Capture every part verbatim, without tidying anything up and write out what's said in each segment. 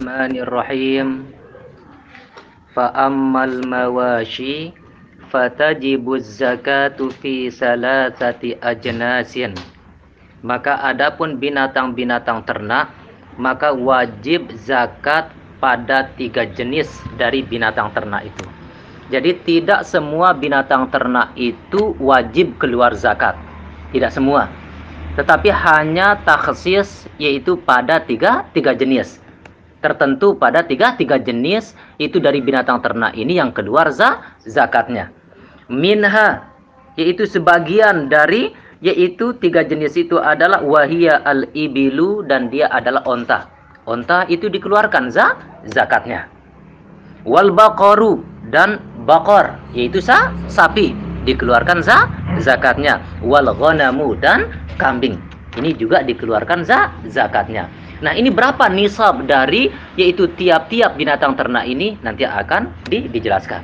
Bismillahirrahmanirrahim. Fa ammal mawashi fatajibuz zakatu fi salasati ajnasin. Maka adapun binatang-binatang ternak, maka wajib zakat pada tiga jenis dari binatang ternak itu. Jadi tidak semua binatang ternak itu wajib keluar zakat. Tidak semua. Tetapi hanya takhsis, yaitu pada tiga, tiga jenis. Tertentu pada tiga, tiga jenis itu dari binatang ternak ini yang keluar za, zakatnya. Minha, yaitu sebagian dari, yaitu tiga jenis itu adalah wahia al-ibilu, dan dia adalah onta. Onta itu dikeluarkan za, zakatnya. Wal baqaru, dan bakor, yaitu sa, sapi, dikeluarkan za, zakatnya. Wal ghanamu, dan kambing, ini juga dikeluarkan za, zakatnya. Nah, ini berapa nisab dari, yaitu tiap-tiap binatang ternak ini nanti akan di, dijelaskan.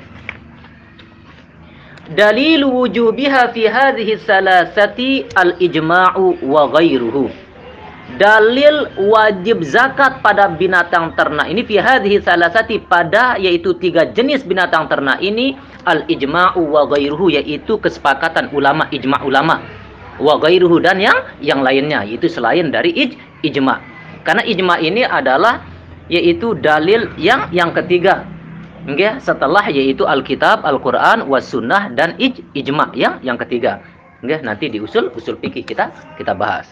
Dalil wujubiha fi hadhihi salasati al-ijma'u wa ghairuhu. Dalil wajib zakat pada binatang ternak ini fi hadhihi salasati, pada yaitu tiga jenis binatang ternak ini, al-ijma'u wa ghairuhu, yaitu kesepakatan ulama, ijma' ulama, wa ghairuhu, dan yang yang lainnya, yaitu selain dari ij, ijma'. Karena ijma' ini adalah yaitu dalil yang yang ketiga. Okay? Setelah yaitu Alkitab, Al-Qur'an, was sunnah, dan ij, ijma' yang yang ketiga. Okay? Nanti di usul usul fikih kita kita bahas.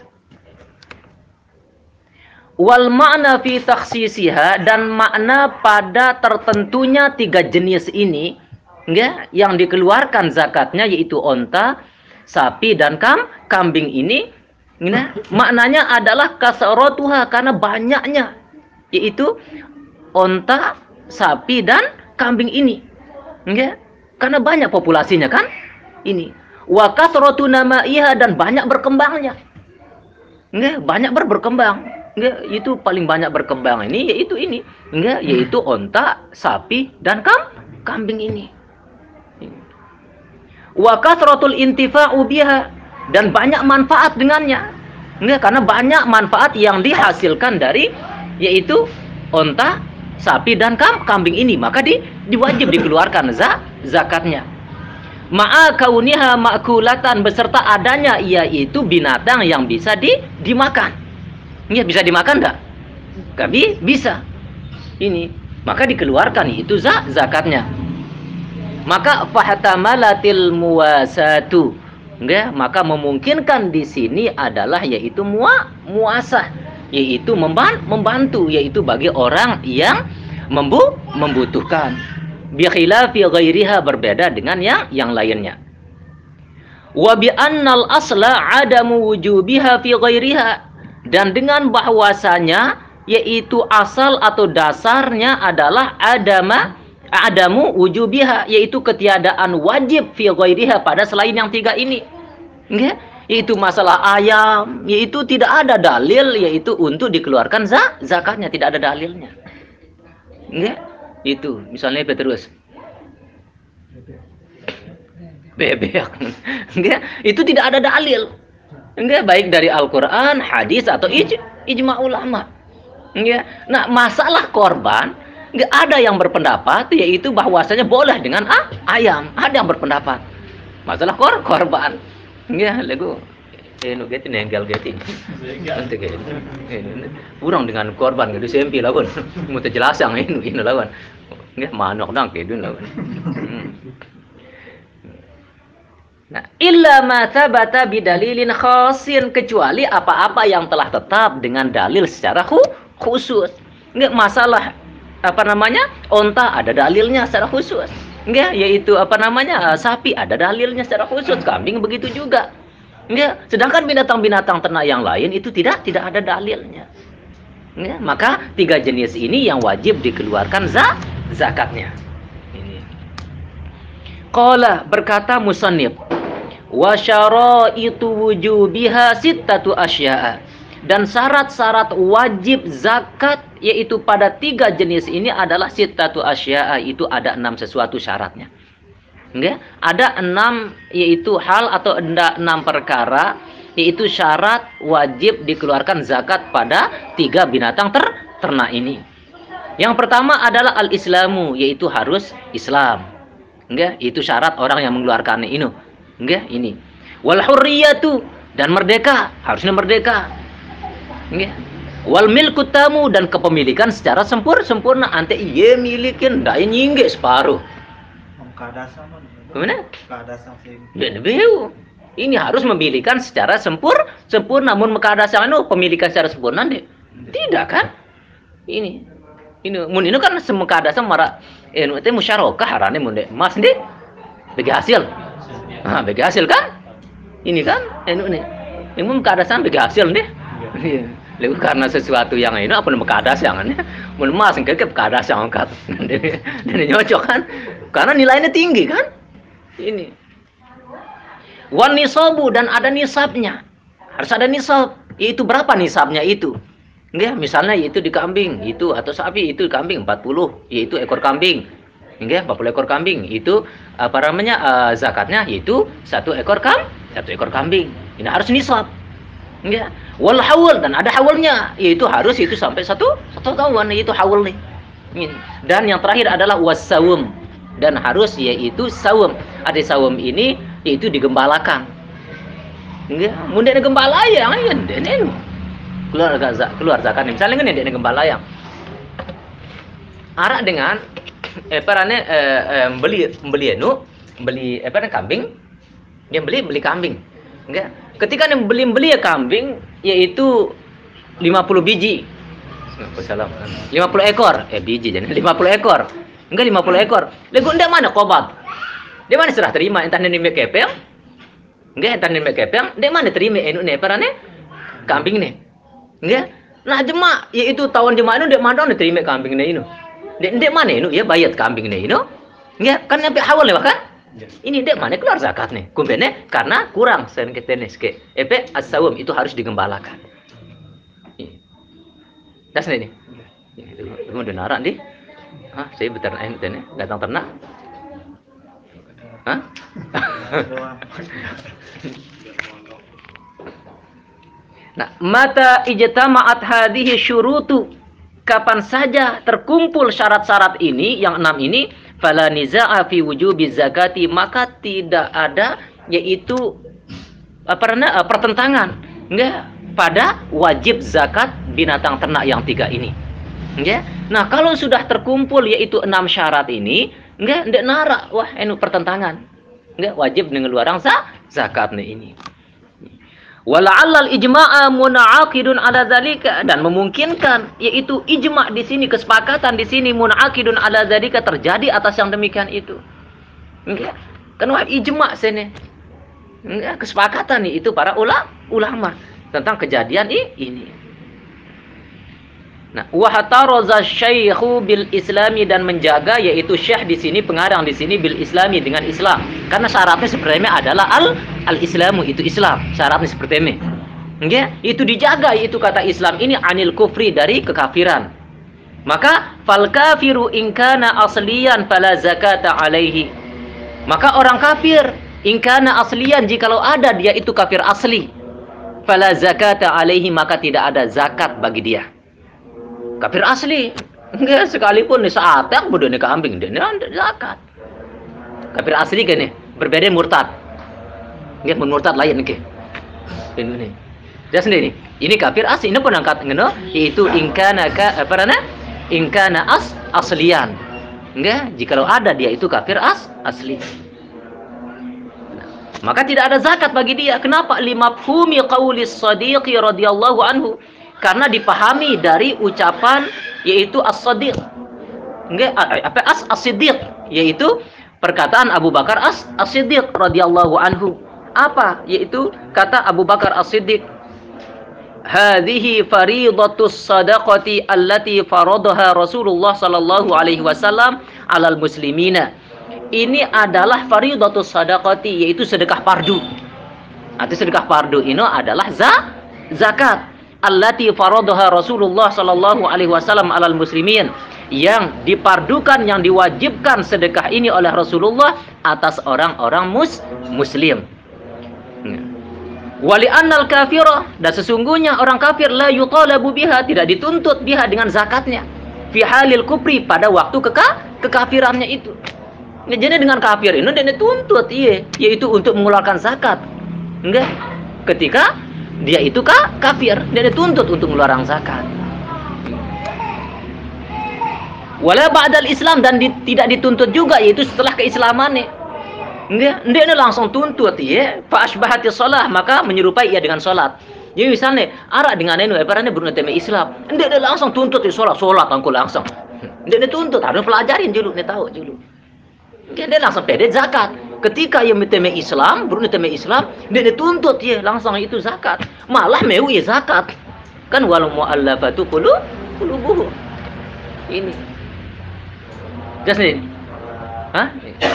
Wal ma'na fi takhsisiha, dan makna pada tertentunya tiga jenis ini, okay? Yang dikeluarkan zakatnya yaitu onta, sapi, dan kam, kambing ini, nah, maknanya adalah kasaratuha, karena banyaknya, yaitu onta, sapi, dan kambing ini, okay? Karena banyak populasinya kan, ini. Wa kasratu namaiha, dan banyak berkembangnya, okay? Banyak ber berkembang, okay? Itu paling banyak berkembang ini, yaitu ini, okay? Yaitu onta, sapi, dan kam, kambing ini. Wa kathratul intifa'u biha, dan banyak manfaat dengannya. Enggak, karena banyak manfaat yang dihasilkan dari yaitu onta, sapi, dan kam, kambing ini, maka di diwajib dikeluarkan za, zakatnya. Ma'a kauniha ma'kulatan, beserta adanya yaitu binatang yang bisa di dimakan. Enggak, bisa dimakan enggak? Enggak bisa. Ini, maka dikeluarkan itu za, zakatnya. Maka fahtamalatil muwasatu, enggak, maka memungkinkan di sini adalah yaitu mua, muasah, yaitu memban, membantu, yaitu bagi orang yang membu, membutuhkan. Bi khilafi ghairiha, berbeda dengan yang yang lainnya. Wa bi annal asla adamu wujubiha fi ghairiha, dan dengan bahwasanya yaitu asal atau dasarnya adalah adama adamu wujubiha, yaitu ketiadaan wajib fi ghairiha, pada selain yang tiga ini. Nggak? Yaitu masalah ayam, yaitu tidak ada dalil yaitu untuk dikeluarkan za, zakatnya, tidak ada dalilnya. Nggak? Itu misalnya Petrus. Bebek. Nggak? Itu tidak ada dalil. Nggak? Baik dari Al-Qur'an, hadis, atau ij, ijma' ulama. Nggak? Nah, masalah korban, nggak ada yang berpendapat yaitu bahwasanya boleh dengan ah, ayam. Ada yang berpendapat masalah kor korban, ya lagu eh nu geti nenggal geti nanti geti kurang dengan korban gitu sempi lawan mau terjelasang ini ini lawan nggak manok dang kedun lawan. Nah, illa ma thabata bidalilin khasin, kecuali apa-apa yang telah tetap dengan dalil secara khusus. Nggak masalah apa namanya onta, ada dalilnya secara khusus, enggak, yaitu apa namanya sapi, ada dalilnya secara khusus, kambing begitu juga, enggak. Sedangkan binatang-binatang ternak yang lain itu tidak tidak ada dalilnya, enggak. Maka tiga jenis ini yang wajib dikeluarkan za, zakatnya. Ini. Qala, berkata musannif, wa syaraitu wujubiha sittatu asya'a, dan syarat-syarat wajib zakat yaitu pada tiga jenis ini adalah sittatu asya'a, itu ada enam sesuatu syaratnya. Enggak? Ada enam yaitu hal atau enam perkara yaitu syarat wajib dikeluarkan zakat pada tiga binatang ter ternak ini. Yang pertama adalah al-islamu, yaitu harus Islam. Enggak, itu syarat orang yang mengeluarkannya ini. Enggak, ini. Wal hurriyatu, dan merdeka, harusnya merdeka. Enggak. Wal milku tamu, dan kepemilikan secara sempur sempurna. Ante iya milikin, ndak nyingge separuh. Gimana? Dan beu. Ini harus memilikan secara sempur sempurna. Namun mekadasan itu pemilikan secara sempurna deh. Tidak kan? Ini. Ini mun ini kan semekadasan mara enu teh musyarakah harane mun deh. Mas deh. Bagi hasil. Ah, bagi hasil kan? Ini kan enu nih. Ini mun mekadasan bagi hasil deh. Iya. Lalu karena sesuatu yang ini apa mekadasan kan? Mun mas engke mekadasan kan. Dan nyocok kan? Karena nilainya tinggi kan? Ini. Wan nisabu, dan ada nisabnya. Harus ada nisab. Itu berapa nisabnya itu? Enggak, misalnya itu di kambing, itu atau sapi itu di kambing empat puluh, yaitu ekor kambing. Enggak, empat puluh ekor kambing. Itu apa namanya? Uh, zakatnya itu satu ekor kam, satu ekor kambing. Ini harus nisab. Enggak. Wal hawl, dan ada hawlnya, yaitu harus itu sampai satu satu tahun, yaitu hawl nih. Ini. Dan yang terakhir adalah wasawum, dan harus yaitu sawum. Ada sawum ini yaitu digembalakan. Enggak, mun dene gembala ya, ya dene keluar zakat, keluar zakat. Misalnya kan dene gembala yang arak dengan eh parane eh, eh, beli beli anu, beli eh parane kambing. Dia beli beli kambing. Enggak. Ketika dia beli beli ya kambing yaitu lima puluh biji. Wassalam. lima puluh ekor, eh biji jadi lima puluh ekor. Enggak lima puluh ekor. Lego ndak mana kobat? Dia mana serah terima entah nene kepeng? Enggak entah nene kepeng, dia mana terima enu ne parane kambing ne. Enggak. Nah jemaah yaitu tahun jemaah itu dia mana terima kambing ne inu. Dia dia mana inu ya bayat kambing ne inu. Enggak kan sampai awal ya kan? Ini dia mana keluar zakat nih. Kumpene karena kurang sen ketene ske. Epe as-sawum itu harus digembalakan. Das nih. Itu mau denaran di. Hah, saya beternak ini datang ternak. Hah? Nah, mata ijtama'at hadhihi syurutu, kapan saja terkumpul syarat-syarat ini yang enam ini, fala niza'a fi wujubi zakati, maka tidak ada yaitu apa namanya pertentangan enggak pada wajib zakat binatang ternak yang tiga ini. Enggak? Nah, kalau sudah terkumpul yaitu enam syarat ini, enggak enggak nara wah enu pertentangan. Enggak wajib mengeluarkan zakat nih ini. Wala'allal ijma'a muna'aqidun ala dzalika, dan memungkinkan yaitu ijma' di sini, kesepakatan di sini muna'aqidun ala dzalika, terjadi atas yang demikian itu. Enggak? Kan wah ijma' sini. Enggak, kesepakatan nih itu para ulama ulama tentang kejadian ini. Nah, wa hataraza syaikhu bil islami, dan menjaga yaitu syekh di sini, pengarang di sini bil islami, dengan Islam. Karena syaratnya sebenarnya adalah al al islamu, itu Islam. Syaratnya seperti ini. Nggih, itu dijaga itu kata Islam ini anil kufri, dari kekafiran. Maka fal kafiru in kana asliyan fala zakata alaihi. Maka orang kafir in kana asliyan, jikalau ada dia itu kafir asli, fala zakata alaihi, maka tidak ada zakat bagi dia. Kafir asli, enggak sekalipun nih saat yang bodoh nih kambing, dia ada zakat. Kafir asli kan nih, berbeda murtad. Enggak murtad lain nih. Ini nih. Jelas nih, ini kafir asli, ini penangkat ngono, yaitu ingkana ka apa namanya? Ingkana as aslian. Enggak, jikalau ada dia itu kafir as asli. Nah, maka tidak ada zakat bagi dia. Kenapa? Limafhumi qaulis shadiqi radhiyallahu anhu. Karena dipahami dari ucapan yaitu as-Shadiq. Enggak apa as as-Siddiq, yaitu perkataan Abu Bakar as as-Siddiq radhiyallahu anhu. Apa? Yaitu kata Abu Bakar as-Siddiq, hadhihi faridatus sadaqati allati faradaha Rasulullah sallallahu alaihi wasallam 'alal muslimina. Ini adalah faridatus sadaqati, yaitu sedekah fardu. Arti sedekah fardu ini adalah za zakat. Allati faradaha Rasulullah sallallahu alaihi wasallam 'alal muslimin, yang dipardukan, yang diwajibkan sedekah ini oleh Rasulullah atas orang-orang mus muslim. Wali annal kafira, dan sesungguhnya orang kafir la yutalabu biha, tidak dituntut biha dengan zakatnya. fi halil kufri, pada waktu keka, kekafirannya itu. Nah, jadi dengan kafir ini dia dituntut, iya, yaitu untuk mengeluarkan zakat. Enggak. Ketika dia itu ka, kafir, dia dituntut untuk mengeluarkan zakat. Wala ba'dal Islam, dan di, tidak dituntut juga, yaitu setelah keislamannya. Enggak, dia langsung tuntut, ya. Fa asbahati shalah, maka menyerupai ia dengan salat. Jadi misalnya arak dengan ini, ibaratnya bernama Islam, dia, dia langsung tuntut di salat, salat angku langsung. Dia dituntut, harus pelajarin dulu, dia tahu dulu. Dia, dia langsung pede zakat. Ketika ia bertema Islam, bernama Islam, dia dituntut, ya, langsung itu zakat. Malah mau ya zakat. Kan walau mu'allafatu qulubuhum. Ini. Just ini. Hah?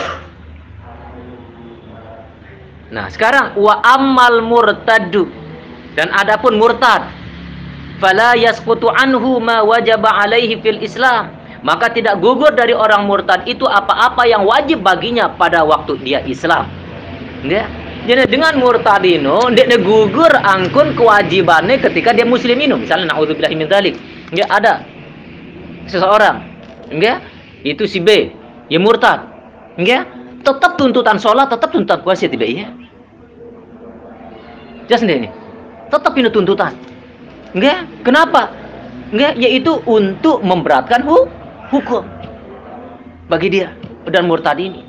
Nah, sekarang wa ammal murtaddu, dan adapun murtad, fala yasqutu anhu ma wajaba alaihi fil Islam, maka tidak gugur dari orang murtad itu apa-apa yang wajib baginya pada waktu dia Islam. Ya. Jadi dengan murtad ini dia gugur angkun kewajibannya ketika dia muslim ini. Misalnya naudzubillahi min dzalik. Ya, ada seseorang, ya, itu si B, ya murtad. Ya. Tetap tuntutan sholat, tetap tuntutan puasa, tidak iya? Jelas ini, tetap ini tuntutan. Enggak? Kenapa? Enggak, yaitu untuk memberatkan hu hukum bagi dia dan murtad ini.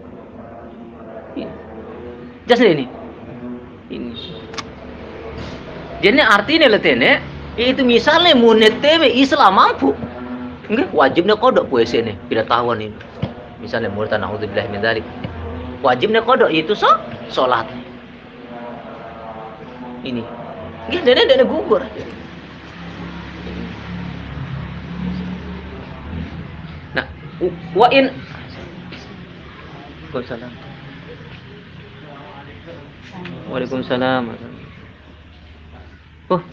Jelas ini. Ini. Jadi artinya letene, itu misalnya muneteme Islam mampu, enggak wajibnya kodok puasa ini, tidak tahuan ini. Misalnya murtad naudzubillah min dzalik, wajibnya kodok itu so salat. Ini dia dia dia gugur. Nah, wa in Waalaikumsalam. Waalaikumsalam. Oh.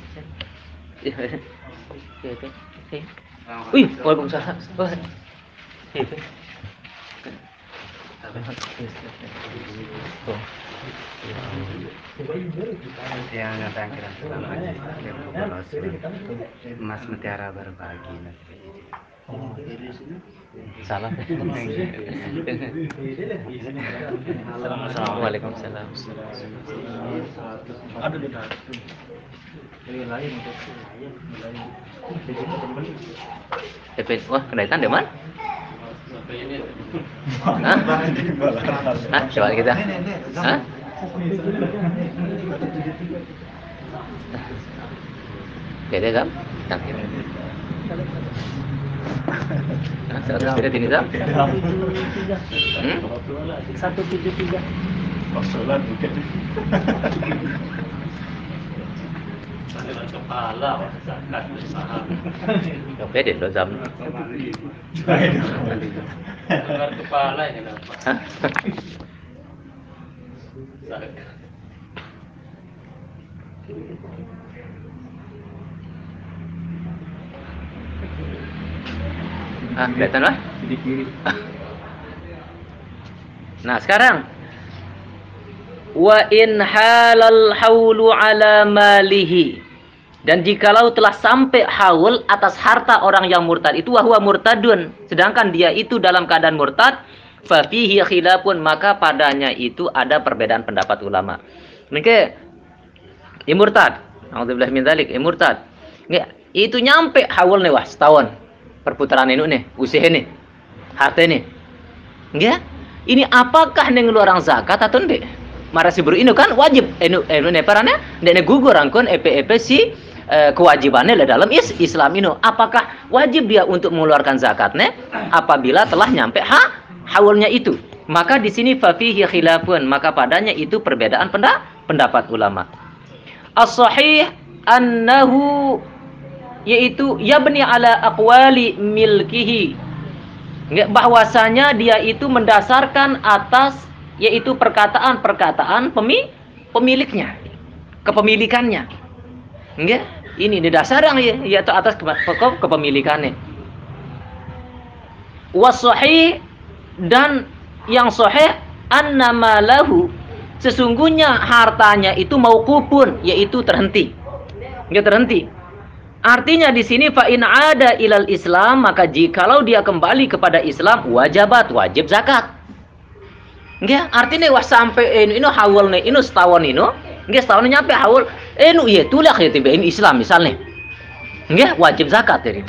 Wih, waalaikumsalam. Oh. Yang datang kira Mas Mutiara berbagi. Salam. Assalamualaikum. Ada di lain wah, kenaikan di mana? Hah? Hah? Coba kita. Hah? Beda kan? Nah, seratus beda ini kan? Satu tujuh tiga. Masalah bukan. Kepala, zakat bersaham. Yang beda loh zam. Dengar kepala ini apa? Zakat. Ah, kelihatan lah? Di kiri. Nah, sekarang wa in halal haulu ala malihi, dan jikalau telah sampai haul atas harta orang yang murtad itu, wahwa murtadun, sedangkan dia itu dalam keadaan murtad, fa fihi khilafun, maka padanya itu ada perbedaan pendapat ulama. Oke, ya murtad, alhamdulillah min dzalik, ya murtad. Nggak, itu nyampe haul nih, wah setahun perputaran ini nih, usia ini, harta ini. Nggak, ini apakah ngeluarang zakat atau enggak? Marasi buru ini kan wajib enu enu ne parane ndene gugur angkon E P E P si e, kewajibannya dalam is, Islam ini. Apakah wajib dia untuk mengeluarkan zakatnya apabila telah nyampe ha haulnya itu? Maka di sini fa fihi khilafun, maka padanya itu perbedaan penda, pendapat ulama. As-sahih annahu, yaitu yabni ala aqwali milkihi, bahwasanya dia itu mendasarkan atas yaitu perkataan-perkataan pemi, pemiliknya, kepemilikannya. Enggak? Ini di dasar yang yaitu atas ke, ke, kepemilikannya. Was-sahih, dan yang sahih annama lahu, sesungguhnya hartanya itu mauqufun, yaitu terhenti. Enggak terhenti. Artinya di sini fa in ada ilal Islam, maka jikalau dia kembali kepada Islam wajabat wajib zakat. Nggih, artinya wah sampai ini ino haul nih, ino setahun ino, nggih setahun nyampe haul, ino iya tulak ya tiba ini Islam misalnya. Nggih, wajib zakat jadi.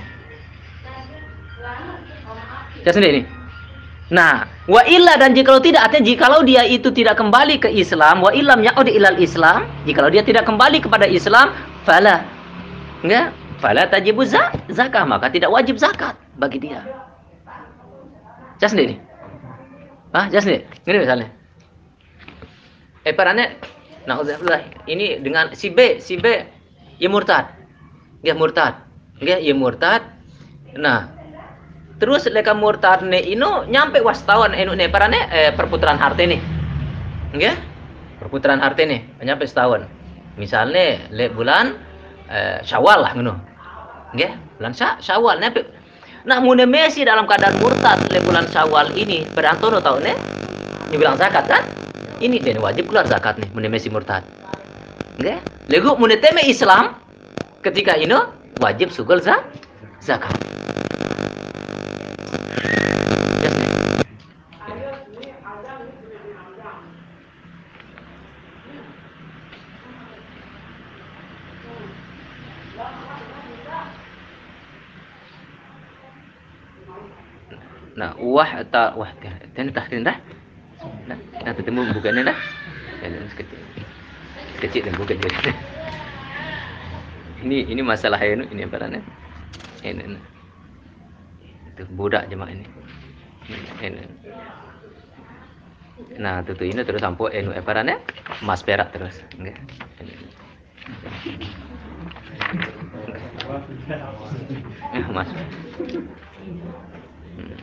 Ya sendiri. Nah, wa illa dan jikalau tidak, artinya jikalau dia itu tidak kembali ke Islam, wa illam ya'ud ilal Islam, jikalau dia tidak kembali kepada Islam, fala. Enggak, fala tajibu zakah, maka tidak wajib zakat bagi dia. Jelas sendiri. Hah, jelas sendiri. Ini misalnya. Eh, parane naudzubillah, ini dengan si B, si B ya murtad. Dia murtad. Enggak, ya murtad. Nah, terus leka murtad ne ino nyampe wastawan eno ne parane eh, perputaran harta nih. Nggih? Perputaran harta nih nyampe setahun. Misalnya le bulan eh, Syawal lah ngono. Nggih? Bulan Sya Syawal nyampe. Nah, mun Messi dalam keadaan murtad le bulan Syawal ini berantono tahun ne dibilang zakat kan? Ini dia wajib keluar zakat nih mun Messi murtad. Nggih? Lego mun teme Islam ketika ino wajib sugul za zakat. Nah, wah atau wah dan tahrin dah. Nah, nah ketemu bukannya dah. Ya, kecil. Kecil dan bukan jadi. Ini ini masalah ini ini apa ini, ini. Itu budak jemaah ini. Ini. Nah, itu ini terus sampo enu eparane emas perak terus. Nggih. Eh, mas. Hmm.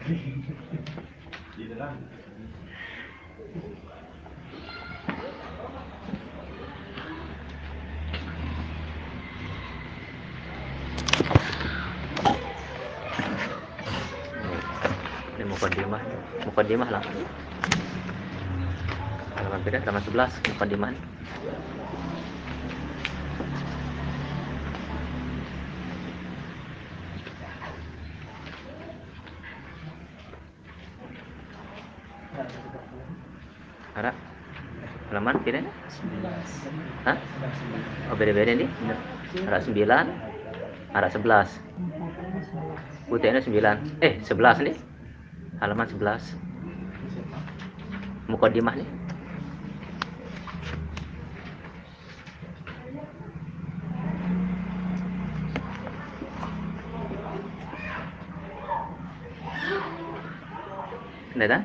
Ini mukaddimah, mukaddimah lah. Halaman berapa? Halaman sebelas mukaddimah. Ada halaman kira ni? sebelas. Hah? Oh beda-beda ni? Ada sembilan, ada sebelas. Putihnya sembilan. Eh sebelas ni? Halaman sebelas. Mukaddimah ni. Ada?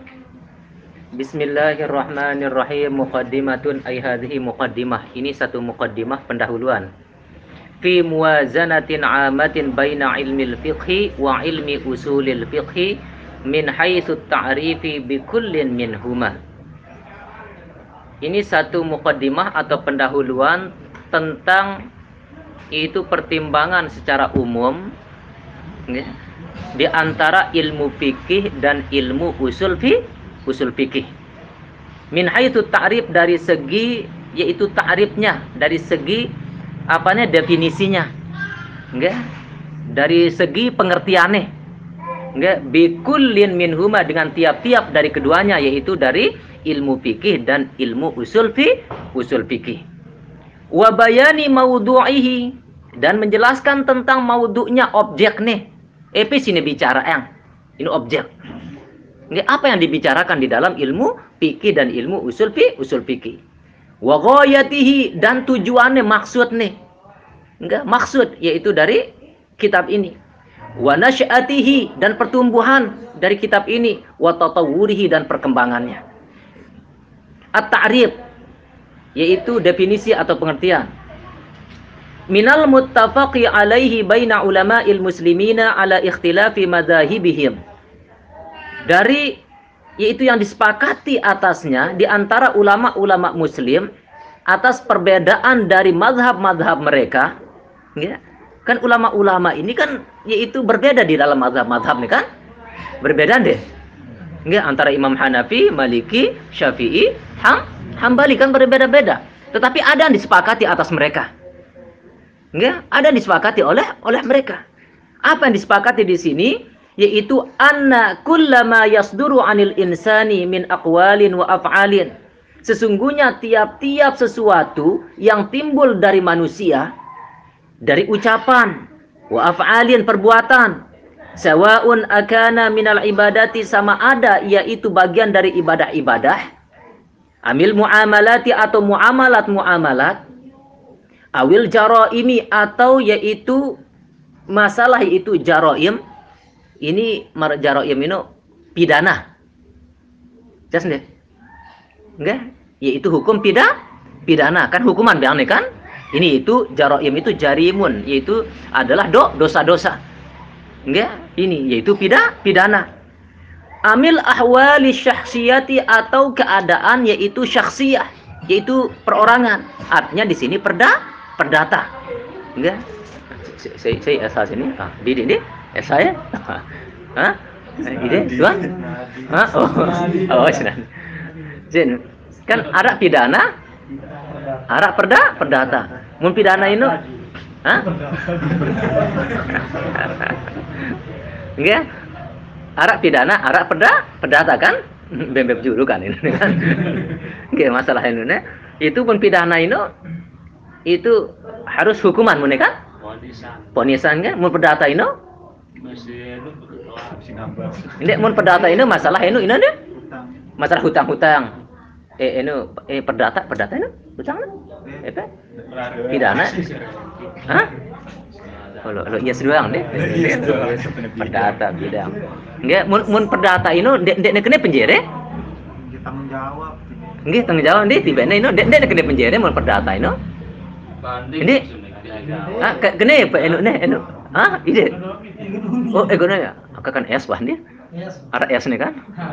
Bismillahirrahmanirrahim. Muqaddimatun ay hadhihi muqaddimah. Ini satu muqaddimah pendahuluan. Fi muwazanatin 'amatin baina ilmil fiqhi wa ilmi usulil fiqhi min haitsu ta'rifi bi kullin minhuma. Ini satu muqaddimah atau pendahuluan tentang itu pertimbangan secara umum ya, di antara ilmu fikih dan ilmu usul fi usul fikih. Min haitsu ta'rif dari segi yaitu ta'rifnya, dari segi apanya definisinya. Nggih? Dari segi pengertiannya. Nggih, bi kullin minhuma dengan tiap-tiap dari keduanya yaitu dari ilmu fikih dan ilmu usul fi usul fikih. Wa bayani maudhu'ihi dan menjelaskan tentang maudhu'nya objek nih. Epi sini bicara yang ini objek. Nggih, apa yang dibicarakan di dalam ilmu fikih dan ilmu usul fi usul fikih. Wa ghayatihi dan tujuannya maksud nih. Enggak, maksud yaitu dari kitab ini. Wa nasyatihi dan pertumbuhan dari kitab ini, wa tatawwurihi dan perkembangannya. At-ta'rif yaitu definisi atau pengertian. Minal muttafaqi alaihi baina ulama'il muslimina ala ikhtilafi madzahibihim. Dari yaitu yang disepakati atasnya di antara ulama-ulama muslim atas perbedaan dari mazhab-mazhab mereka. Ya. Kan ulama-ulama ini kan yaitu berbeda di dalam mazhab-mazhab nih kan? Berbeda deh. Nggak, antara Imam Hanafi, Maliki, Syafi'i, Ham, Hambali kan berbeda-beda. Tetapi ada yang disepakati atas mereka. Enggak, ada disepakati oleh oleh mereka. Apa yang disepakati di sini? Yaitu anna kullama yasduru anil insani min aqwalin wa af'alin. Sesungguhnya tiap-tiap sesuatu yang timbul dari manusia, dari ucapan, wa af'alin perbuatan, sawaun akana minal ibadati sama ada yaitu bagian dari ibadah-ibadah, amil muamalati atau muamalat-muamalat, awil jaraimi atau yaitu masalah itu jaraim. Ini mar jaraim ini pidana. Jelas enggak? Enggak? Yaitu hukum pida pidana kan hukuman biang kan? Ini itu jaraim itu jarimun, yaitu adalah do dosa-dosa. Enggak? Ini yaitu pida pidana. Amil ahwali syakhsiyati atau keadaan yaitu syakhsiyah, yaitu perorangan. Artinya di sini perda perdata. Enggak? Saya saya asal sini. Ah, di di eh saya. Hah? Ide, tuan? Hah? Oh, oh, senang. Jen, kan arak pidana, arak perda, perdata. Mun pidana ini, hah? Enggak? Arak pidana, arak perda, perdata kan? Bembem juru kan ini kan? Enggak masalah ini. Itu pun pidana ini, itu harus hukuman mun kan? Ponisan kan? Mun perdata ini? Ini mun perdata ini masalah ini ini deh. Masalah hutang-hutang. Eh ini eh perdata perdata ini hutang eh apa? Pidana. Hah? Kalau kalau iya sedoang deh. Perdata bidang. Enggak mun mun perdata ini dek dek kena penjara. Tanggung jawab. Enggak tanggung jawab deh tibane ini dek dek kena penjara mun perdata ini. Ini ah kena apa ini nih ini. Ah, ide. Oh, eh guna ya. Akan es bah dia. Ada es nih kan?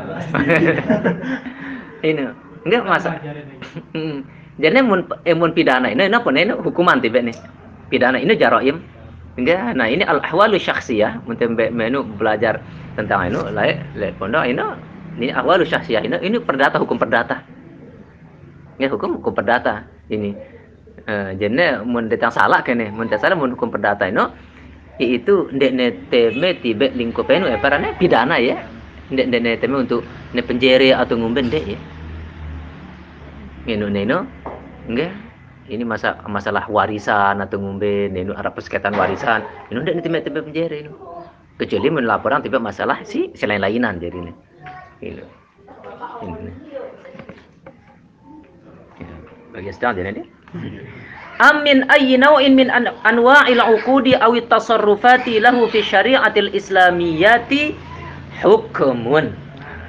Ini enggak masa. Jadi mun eh, mun pidana ini apa nih hukuman tiba nih. Pidana ini jaraim. Enggak. Nah, ini al-ahwalu syakhsiyah. Mun menu belajar tentang ini lain lain pondok ini ini ahwalu syakhsiyah ini ini perdata hukum perdata. Ya hukum hukum perdata ini. Uh, jadi mun datang salah kene, mun salah mun hukum perdata ini itu ndek neteme tibe lingkup enu eh parane pidana ya. Ndek ndek neteme untuk ne penjere atau ngumben dek ya. Menu neno enggak. Ini masa masalah warisan atau ngumben neno arah persengketaan warisan. Ini ndek neteme tibe penjere ini. Kecuali men laporan tiba masalah si selain-lainan jadi ini. Ini. Ini. Ya, bagi start dia ni. Am min ayyi naw'in min an anwa'il 'uqudi aw at-tasarrufati lahu fi syari'atil islamiyyati hukmun.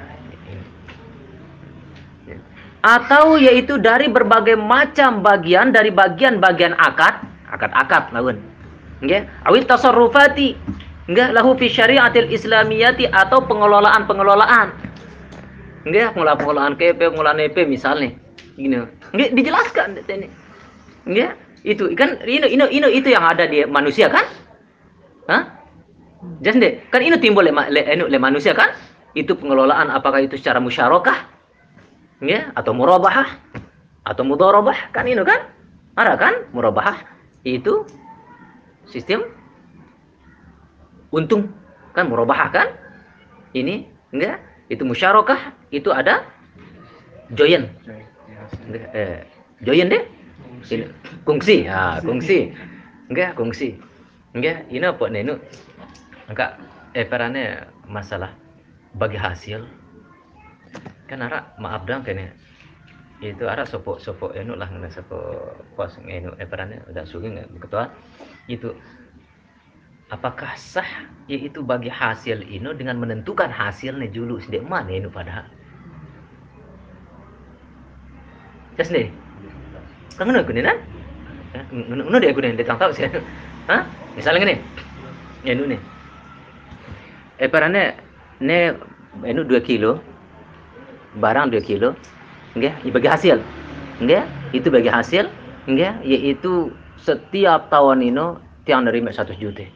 Atau yaitu dari berbagai macam bagian dari bagian-bagian akad, akad-akad lawan. Nggih, aw at-tasarrufati nggih lahu fi syari'atil islamiyyati atau pengelolaan-pengelolaan. Nggih, pengelolaan K P, pengelolaan E P misalnya. Gini. Nggih dijelaskan ini. Ya, itu kan ini ini ini itu yang ada di manusia kan? Hah? Jelas deh. Kan ini timbul le, le, le manusia kan? Itu pengelolaan apakah itu secara musyarakah? Ya, atau murabahah? Atau mudharabah? Kan ini kan? Ada kan? Murabahah itu sistem untung kan murabahah kan? Ini enggak? Itu musyarakah, itu ada join. Eh, join deh. Ini kongsi, ha, kongsi. Enggak, kongsi. Enggak, ini apa nih? Ini enggak eh perane masalah bagi hasil. Kan ara maaf dong kene. Itu ara sopok-sopok enu lah ngene sopok pos ngene eh perane udah sugi enggak ketua. Itu apakah sah yaitu bagi hasil ini dengan menentukan hasilnya dulu sedek mana ini padahal. Just nih. Kan ngono gune kan? Ngono dia gune ditang tahu sih. Hah? Misalnya ngene. Ya nu nih. Eh parane ne enu dua kilo. Barang dua kilo. Nggih, bagi hasil. Nggih, itu bagi hasil, nggih, yaitu setiap tahun ini tiang nerima seratus juta.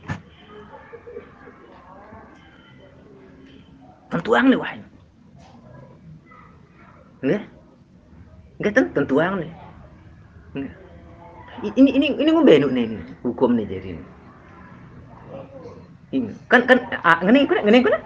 Tentuang nih wah. Nggih. Nggih tentuang nih. Ini ini ini ngombe nu nih hukum nih jadi. Ini kan kan ah, ngene kuna ngene kuna.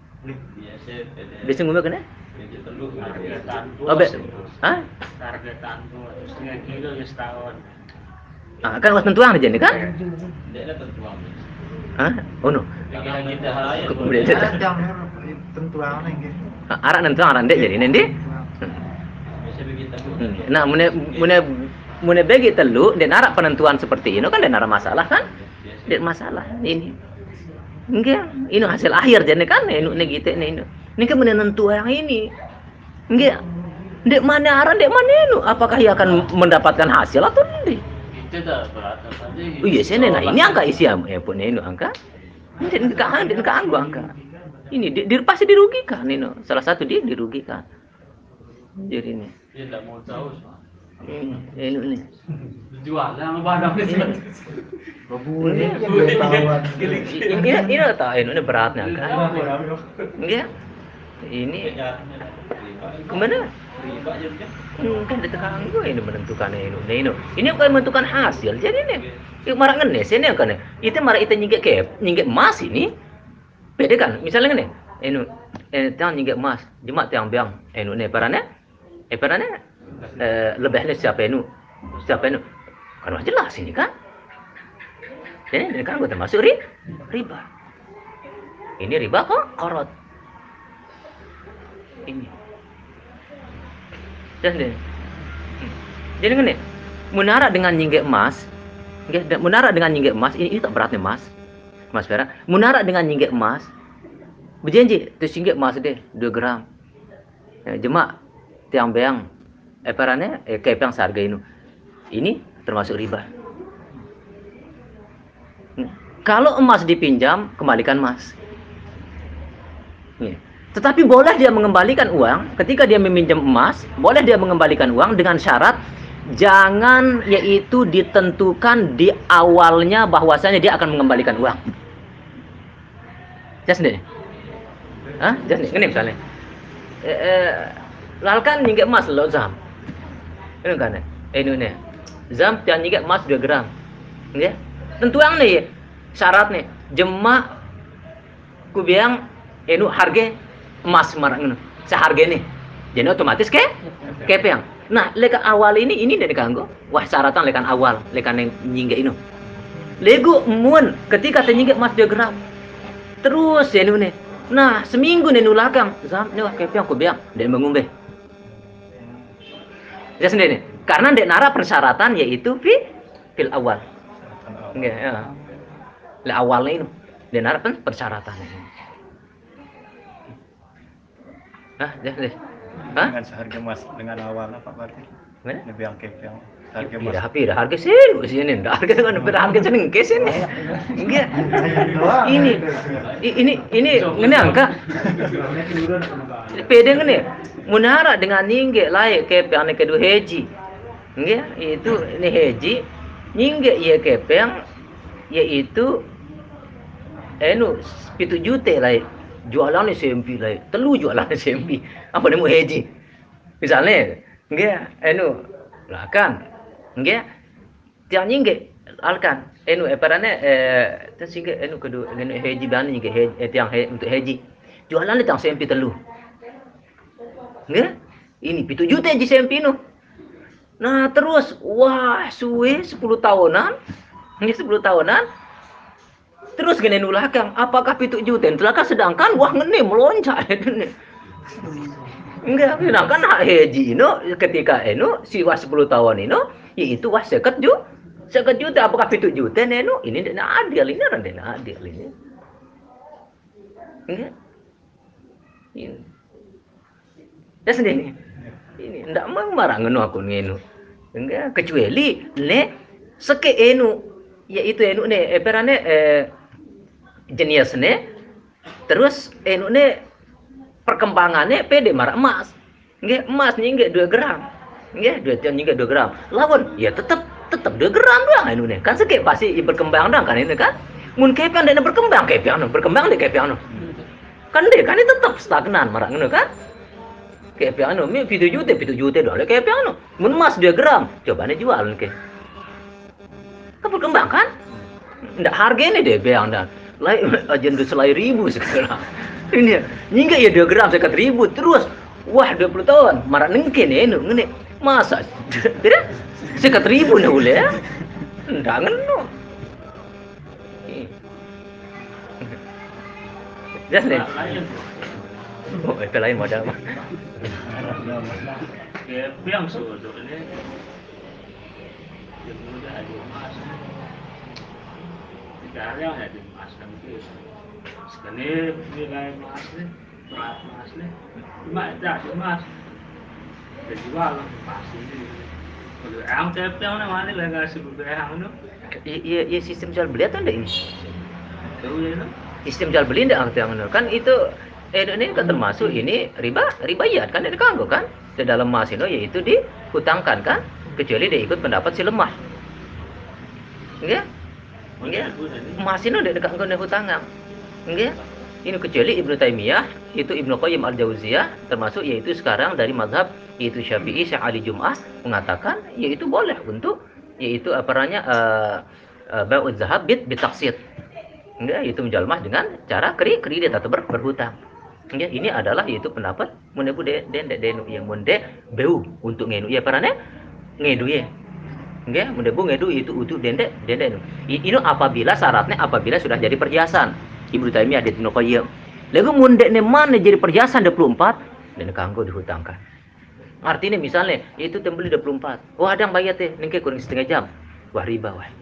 Biasa ngombe kuna? Oh, be. Hah? Targetan tuh setengah kilo ya setahun. Ah, kan wis tentuan aja nih kan? Dia tertuang. Hah? Oh no. Kalau kita hal Kemudian Ada saya yang tentuan gitu. arak nentuang arak ndek jadi nanti. bisa begitu. Nah, mune mune mune bagi telu dan narak penentuan seperti ini kan dan narak masalah kan? Dek masalah ini. Enggak, ini hasil akhir jadi kan ini ini gitu ini. Ini kan menentu yang ini. Enggak. Dek mana aran dek mana ini? Apakah ia akan mendapatkan hasil atau tidak? Itu dah berat saja. Oh iya, saya nah ini angka isi ya pun ini angka. Dan kan dan kan angka. Ini di, di, pasti dirugikan ini. Salah satu dia dirugikan. Jadi ini. Dia tidak mau tahu. Ini ini. ini. Jual lah barang ni. Babuni yang dia tahuan. Ini ini ini tahu ini, ini beratnya kan. Enggak. Ini kemana? Riba je kan. Hmm, kan ditekan gue ini menentukan ini ini ini bukan menentukan hasil jadi nih itu marah ngenes ini kan itu marah itu nyinggek ke nyinggek emas ini beda kan misalnya nih ini eh tiang nyinggek emas jemaat tiang biang ini nih parane eh parane eh lebihnya siapa ini siapa ini kan wajib jelas ini kan jadi ini kan gue termasuk ri, riba ini riba kok korot ini dan deh. Jadi kan nih, menara dengan nyinggek emas, menara dengan nyinggek emas ini, ini tak beratnya emas, Mas Vera. Menara dengan nyinggek emas, berjanji tu singgek emas deh dua gram. Ya, jemaah tiang beang, eh perannya eh kayak yang seharga ini, ini termasuk riba. Kalau emas dipinjam, kembalikan emas. Nih. Tetapi boleh dia mengembalikan uang ketika dia meminjam emas, boleh dia mengembalikan uang dengan syarat jangan yaitu ditentukan di awalnya bahwasanya dia akan mengembalikan uang. Jelas nih? Hah? Jelas nih? Ini misalnya. Eh, eh, lalkan nyinggek emas lo zam. Ini kan? Eh ini nih. Zam jangan nyinggek emas dua gram. Ya? Tentu yang nih syarat nih jemaah ku biang enu harga emas marang seharga ini jadi otomatis ke kepeng nah leka awal ini ini dari kanggo wah syaratan lekan awal lekan yang nyinggek ini lego mun ketika nyinggek emas dua gram terus ya nih nah seminggu nih nulakang zam nih wah kepeng aku biang dan mengumbe ya sendiri karena dek nara persyaratan yaitu fi fil awal enggak ya le awalnya itu dek nara persyaratannya. Hah, deh, deh. Hah? Dengan seharga emas dengan awalnya Pak berarti. Mana? Lebih yang kep yang harga emas. Tidak, tidak harga sini, sini, tidak harga kan, tidak harga sini, ke sini. Enggak. Ini, ini, ini, ini angka. Pede ngene, munara dengan nyingge layak kep yang kedua haji. Enggak, itu ini haji, nyingge iya kep yang yaitu, enu pitu juta layak. Jualan ni S M P lah, telu jualan S M P. Apa ni mau haji? Misalnya, enggak, enu, lah kan, enggak, tiang nyingge, alkan, enu, eh parane, eh, tersingge, enu kedua, enu haji bani nyingge, eh tiang he, untuk haji, jualan ni tiang S M P telu, enggak, ini pitu juta haji S M P nu. Nah terus, wah, suwe sepuluh tahunan, ini sepuluh tahunan. Terus gini nulakang, apakah pitu juta? Nulakang sedangkan wah ngene meloncat. Enggak, sedangkan hak haji ini ketika ini si wah sepuluh tahun ini yaitu wah seket juta. Seket juta apakah pitu juta ini? Ini tidak adil, ini orang tidak adil ini. Enggak. Ini. Ya sendiri. Ini tidak marah ngenu aku ngenu. Enggak, kecuali le seke enu yaitu enu ne eperane eh jenisnya terus enu ne perkembangannya pede marah emas nggak emas nggak dua gram nggak dua tiang nggak dua gram lawan ya tetap tetap dua gram doang enu ne kan sekep pasti berkembang doang kan ini kan mun kepiang dan berkembang kepiang berkembang deh kepiang kan deh kan ini tetap stagnan marah enu kan kepiang enu mi pitu juta pitu juta doang kepiang enu mun emas dua gram coba nih jual ke Kan berkembang kan? Ndak harganya deh beang dan. Lai ajen dua selai ribu sekarang. Ini nyingga ya dua gram sekat ribu terus. Wah dua puluh tahun marak nengke nih nu ngene. Masa tidak sekat ribu nih boleh ya? Ndak ngeno. Jelas nih. Lain. Oh, itu lain modal mah. Kepiang sudah ini. Yang muda ada emas. Sekarang ada emas kan itu. Sekali nilai emas nih, berat emas nih. Cuma ada emas. Terjual emas ini. Kalau yang kepiang nih mana lagi ngasih beberapa itu. Iya, iya sistem jual beli atau enggak ini? Tahu ya itu? Sistem jual beli enggak yang benar kan itu eh ini kan termasuk ini riba ribayat kan ini kanggo kan di dalam emas itu yaitu dihutangkan kan kecuali dia ikut pendapat si lemah enggak enggak emas itu tidak kanggo hutangan enggak ini kecuali Ibnu Taimiyah itu Ibnu Qayyim al-Jauziyah termasuk yaitu sekarang dari mazhab yaitu Syafi'i Syekh Ali Jum'ah mengatakan yaitu boleh untuk yaitu apa namanya uh, uh, bai'uz zahab bit bitaqsid enggak itu menjual emas dengan cara kredit kredit atau ber, berhutang. Enggak ini adalah yaitu pendapat menebu de den de denu yang monde beu untuk ngenu ya parane ngedu ya. Enggak menebu ngedu itu untuk dende dende. Ini apabila syaratnya apabila sudah jadi perhiasan. Ibnu Taimiyah dan Ibnu Qayyim. Lagu munde ne mana jadi perhiasan dua puluh empat dan kanggo dihutangkan. Artinya misalnya itu tembeli dua puluh empat. Wah ada yang bayar teh nengke kurang setengah jam. Wah riba wah.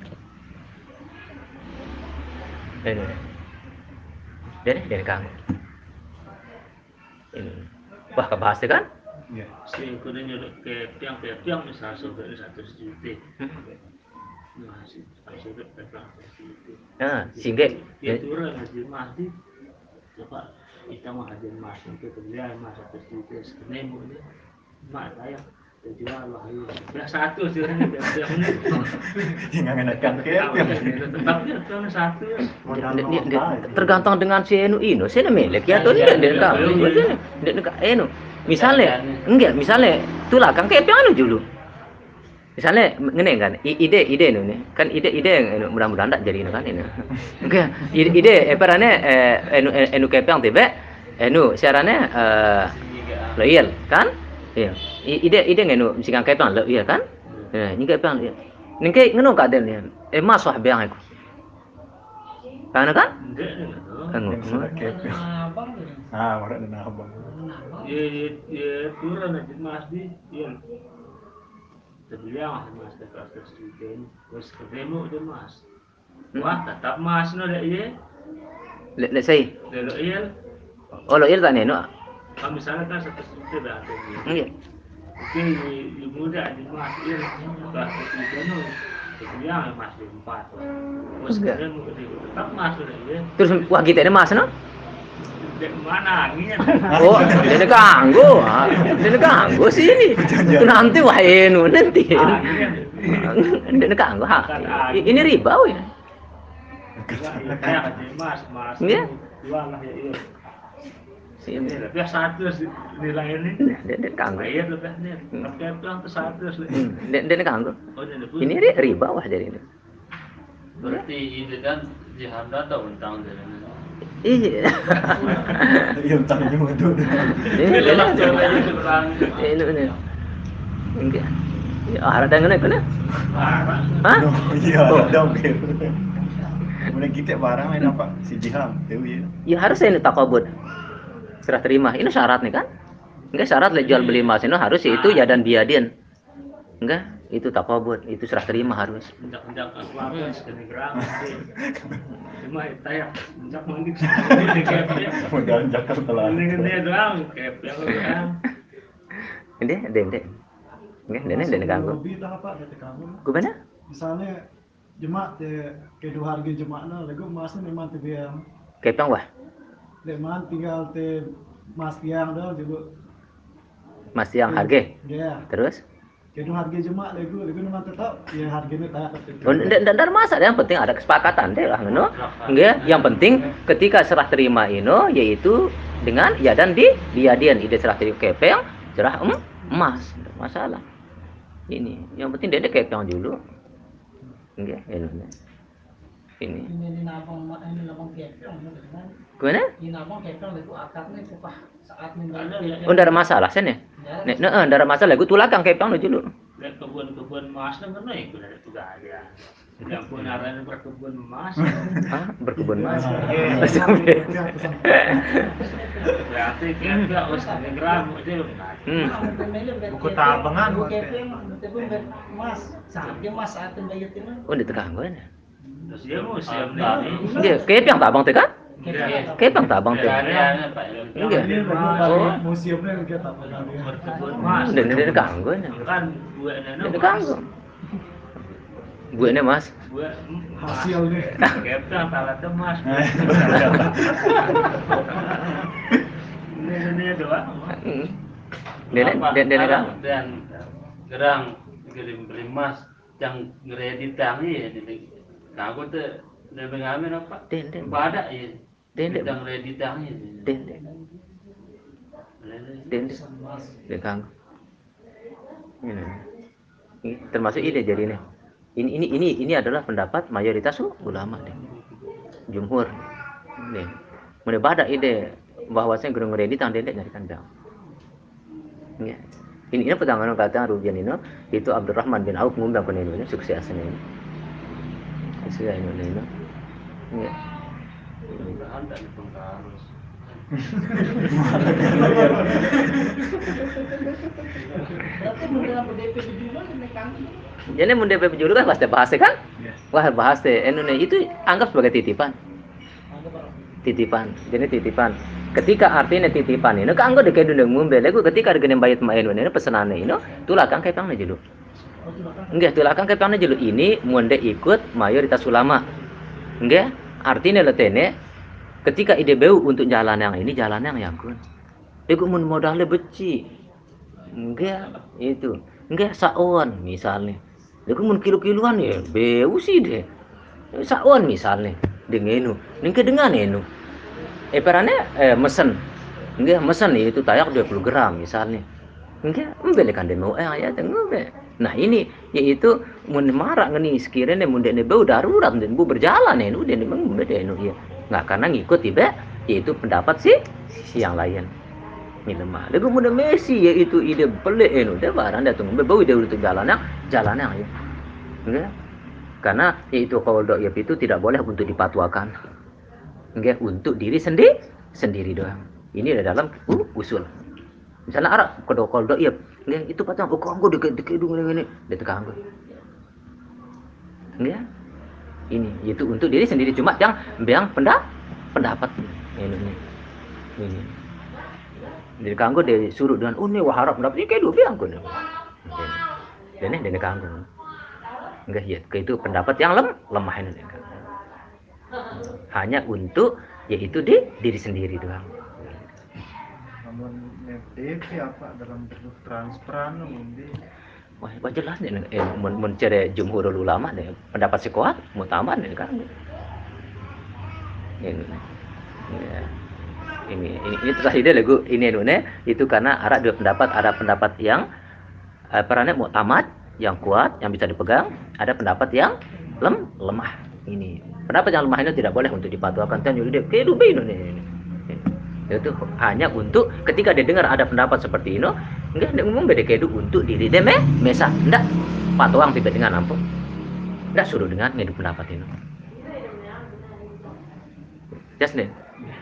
Ini, ini, ini kamu. Ini, wah kebahas kan? Iya. Si kuda nyuruh ke piang ke piang misal surga ini satu juta. Masih surga berapa juta? Nah, sehingga dia turun haji masjid. Bapak kita mau haji masjid itu kerja mas satu juta sebenarnya mungkin mak saya jual lah itu. Ya satu sih ini dia ini. Jangan enakan kepiang. Tapi kan satu. tergantung dengan si enu ino, si milik ya tuh dia dia kamu, dia dia enu. Misalnya, enggak, misalnya tulah kang kayak anu dulu. Misalnya ngene kan, ide ide anu nih, kan ide ide yang mudah-mudahan tak jadi kan ini. Enggak, ide ide apa rane enu enu kepeng tiba, enu siarannya eh loyal kan? Iya. Ide ide ngenu mesti kang kepeng loyal kan? Eh, ni kepeng dia. Ning kayak ngono ka den ya. Eh mas wah beang aku. Kan kan? Kan Abang. Ah, orang dan abang. Ya, ya turun aja masjid, ya. Terbilang mas dekat atas student, terus ketemu udah mas. Wah, tetap mas no deh ya. Le le say. Lalu iya, Oh loyal tak neno. kalau misalnya kan satu student dah ada. Iya. Oke, di muda di mas iya, dekat atas student no. Terbilang mas di empat. Terus ketemu tetap mas udah ya. Terus wah kita ini mas no? Dek mana angin? Oh, dia nak ganggu. Dia nak ganggu sini. Nanti wah enu nanti. Dia nak ganggu ha. Ini riba ya. Kayak aja mas, mas. Iya. Jual lah ya iya. Sini. Tapi satu nilai ini. Dia nak ganggu. Bayar lebih nih. Tapi yang itu satu. Dia dia nak ganggu. Oh, Ini riba wah jadi ini. Berarti ini kan jihad atau untang dari ini. Iya. Iya, tanya itu. Ini Ini lah ini. caranya kurang. Ini ini. Enggak. Ya ada dengan itu nah. Hah? Iya, dong. Kemudian kita barang main apa? Si Jiham, tahu ya. Ya harus ini takabut. Serah terima. Ini syarat nih kan? Enggak syarat le jual beli emas ini harus itu ya dan biadin. Enggak, itu takabut, itu serah terima harus. Menjak-menjak aku apa sekali gram. Cuma tanya, menjak mandi ini kayak Modal Jakarta lah. ini kan dia doang kayak yang orang. Ini deh deh. Enggak, dene dene ganggu. Lebih dah apa kata kamu? Gimana? Misalnya jemaat te kedua harga jemaatnya lagu masnya memang te biang. Kepang wah. Leman tinggal te mas biang dah juga. Mas yang harga. Ya. Terus? Kedua harga jemaat lagu lagu memang tetap ya harganya tak kata. Oh, ndak ndak masalah, yang penting ada kesepakatan deh lah ngono. Enggak, yang penting ketika serah terima ino yaitu dengan ya dan di biadian ide serah terima kepeng, serah em, emas, ndak masalah. Ini yang penting dia kepeng dulu. Nggih, ini. Ini. Ini nabang ini nabang kepeng kan. Gimana? Ini nabang kepeng itu akarnya kupah saat Ada, mendapat. Oh, ndak ada masalah sen ya? Nek, nah, ndak ada masalah. Gue tulakang kepang dulu. Lihat kebun-kebun emas kan mana itu dari itu gak ada. Yang punya arahnya berkebun emas. Ah, berkebun mas. Berarti kita harus gram aja loh. Hmm. Buku tabangan, Buku Mas. kepeng, tapi mas, sampai mas saat mendapat itu. Oh, di tekang gue. Terus dia museum Tadi. nih. Nggih, kepang tabang teh kan? Iya. Kepang tabang teh. Area-area Pak. Nggih. Ini Oh. lagi museumnya kita apa Berkebun emas. Dan di tekang gue. Kan gue nenek. Di tekang gue. Gue ini mas. Gue hasil nih. Kepeng talat emas. Ini doang. Hmm. Dene Apa? dene dene kan? Dan gerang kirim beli emas yang ngeredit tangi ya di nah aku tuh udah mengamen apa Den den. pada ya Den den. yang ngeredit tangi Den den. Den den. Den kang. Ini. Ini termasuk ide jadi ini. Ini ini ini ini adalah pendapat mayoritas ulama deh. Jumhur. Nih. Mulai pada ide bahwasanya gerung ngeredit tang dendek nyari kandang. Ya. Ini ini pertama kata Rubian ini itu Abdurrahman bin Auf ngundang ke ini suksesnya ini. Sukses ini ini. Ya. mudah-mudahan tak dipengaruh Berarti mendapat D P juga menekan. Jadi mun D P juru kan pasti bahas kan? Wah bahas teh Indonesia itu anggap sebagai titipan. Titipan. Jadi titipan. Ketika artinya titipan ini kan anggap dekat dunia ngumbe lego ketika dengan bayat main ini pesanane ini tulakang kepang julu. Enggak tulakang kepang julu ini munde ikut mayoritas ulama. Enggak artinya letene ketika ide beu untuk jalan yang ini jalan yang yakun. Lego mun modalnya beci. Enggak itu. Enggak saon misalnya. Lego mun kilo-kiloan ya beu sih deh. Saon misalnya dengan enu. Ningke dengan enu. Eh perane eh mesen. Enggak mesen itu tayak dua puluh gram misalnya. Enggak membelikan demo eh ayat enggak. Nah ini yaitu mun marak ngeni sekiranya mun dene bau darurat dan bu berjalan enu dene meng beda enu ya. Enggak karena ngikut tiba yaitu pendapat sih si yang lain. Minema. Lego mun Messi yaitu ide pelik enu dah barang datang bau ide untuk jalan yang jalan yang ya. Enggak. Karena yaitu qaul dhaif itu tidak boleh untuk dipatwakan. Enggak untuk diri sendiri sendiri doang. Ini ada dalam uh, usul. Misalnya Arab kalau qaul dhaif, enggak itu patang oh kanggo deket-deket hidung ini, dia tekanggo. Enggak. Ini yaitu untuk diri sendiri cuma yang yang pendapat pendapat ini ini. Ini. Jadi kanggo dia suruh dengan oh ini wah harap pendapat ini kayak dua biang kono. Dan ini dia kanggo. Enggak ya, itu pendapat yang lem, lemah ini. Hanya untuk yaitu di diri sendiri doang. Namun T V apa dalam bentuk transparan mungkin. Wah, wah jelas nih eh mun mun cere jumhurul ulama nih pendapat si kuat mutaman nih kan. Ini. Ya. Ini ini ini terakhir lagu ini nih itu karena ada dua pendapat, ada pendapat yang eh, perannya muktamad yang kuat yang bisa dipegang, ada pendapat yang lem lemah. Ini pendapat yang lemah ini tidak boleh untuk dipatwakan dan jadi kehidupan ini. Itu hanya untuk ketika dia dengar ada pendapat seperti ini, enggak dia ngomong beda kehidup untuk diri dia me, mesa, enggak patwang tiba dengan ampun, enggak suruh dengan hidup pendapat ini. Just nih.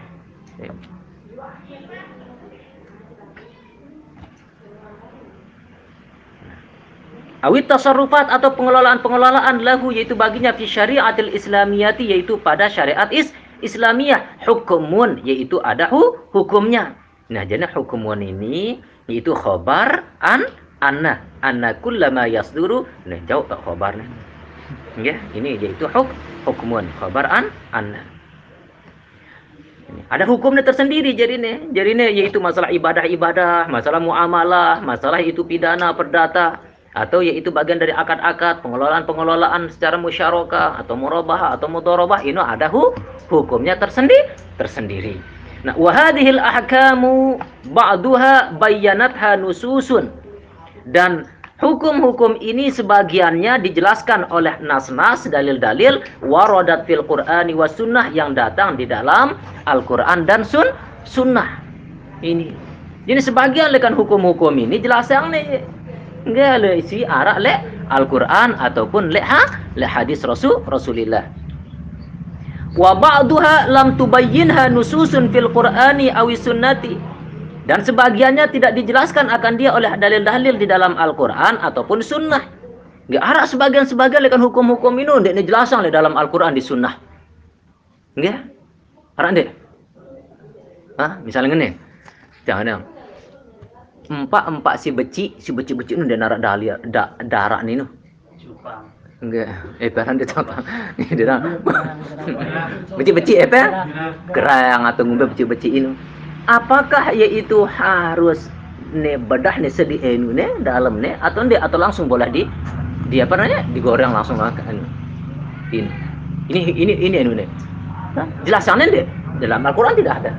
Awit tasarrufat atau pengelolaan-pengelolaan lahu yaitu baginya fi syariatil islamiyati yaitu pada syariat is Islamiyah hukumun yaitu ada hu hukumnya. Nah, jadi hukumun ini yaitu khabar an anna anna kullama yasduru nah jauh tak khabarnya. Ya, ini yaitu huk hukumun khabar an anna. Ini ada hukumnya tersendiri jadi nih. Jadi nih yaitu masalah ibadah-ibadah, masalah muamalah, masalah itu pidana perdata atau yaitu bagian dari akad-akad pengelolaan-pengelolaan secara musyarakah atau murabahah atau mudharabah ini ada hu hukumnya tersendiri tersendiri. Nah, wa hadhil ahkamu ba'duha bayyanatha nususun dan Hukum-hukum ini sebagiannya dijelaskan oleh nas-nas, dalil-dalil waradat fil Qur'ani was sunnah yang datang di dalam Al-Qur'an dan sun sunnah. Ini. Jadi sebagian lekan hukum-hukum ini jelaskan nih. Enggak le isi arak le Al-Qur'an ataupun le ha le hadis Rasul Rasulillah. Wa ba'daha lam tubayyinha nususun fil Qur'ani aw sunnati. Dan sebagiannya tidak dijelaskan akan dia oleh dalil-dalil di dalam Al-Qur'an ataupun sunnah. Enggak arak sebagian-sebagian lekan hukum-hukum ini ndak dijelaskan di dalam Al-Qur'an di sunnah. Enggak? Arak ndak? Hah, misalnya ngene. Jangan yang empat-empat si beci, si beci-beci nu dia narak dalia, da, darak ni nu. Cupang. Enggak, eh paran dia tahu. Ni dia beci-beci apa? Kerang atau ngumbe beci-beci ini. Apakah yaitu harus ne bedah ne sedi enu ne dalam ne atau dia atau langsung boleh di dia apa namanya digoreng langsung makan ini. Ini ini ini enu ne. Jelasannya deh dalam Al-Qur'an tidak ada.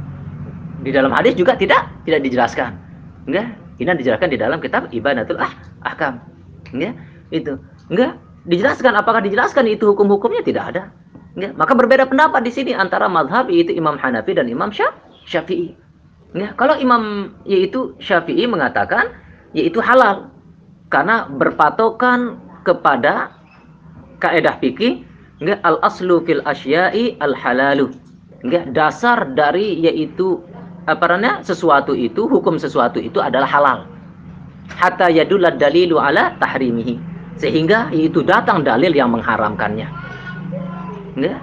Di dalam hadis juga tidak tidak dijelaskan. Enggak, ini dijelaskan di dalam kitab Ibanatul ah, Ahkam. Enggak, itu. Enggak, dijelaskan apakah dijelaskan itu hukum-hukumnya tidak ada. Enggak, maka berbeda pendapat di sini antara mazhab yaitu Imam Hanafi dan Imam Syafi'i. Enggak, kalau Imam yaitu Syafi'i mengatakan yaitu halal karena berpatokan kepada kaidah fikih, enggak al-aslu fil asya'i al-halalu. Enggak, dasar dari yaitu apa namanya sesuatu itu, hukum sesuatu itu adalah halal. Hatta yadulad dalilu ala tahrimihi. Sehingga itu datang dalil yang mengharamkannya. Enggak?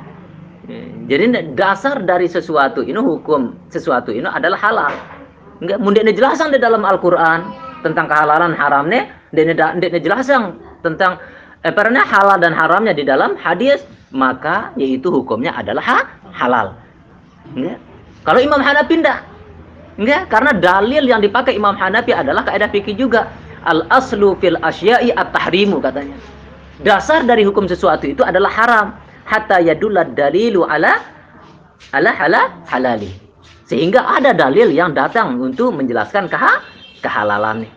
Jadi dasar dari sesuatu ini, hukum sesuatu ini adalah halal. Enggak, mundeknya jelasan di dalam Al-Qur'an tentang kehalalan haramnya, dan ndeknya jelasan tentang apa namanya halal dan haramnya di dalam hadis, maka yaitu hukumnya adalah ha, halal. Enggak? Kalau Imam Hanafi enggak. Enggak, karena dalil yang dipakai Imam Hanafi adalah kaidah fikih juga. Al-aslu fil asya'i at-tahrimu katanya. Dasar dari hukum sesuatu itu adalah haram. Hatta yadulad dalilu ala ala hala halali. Sehingga ada dalil yang datang untuk menjelaskan keha, kehalalannya.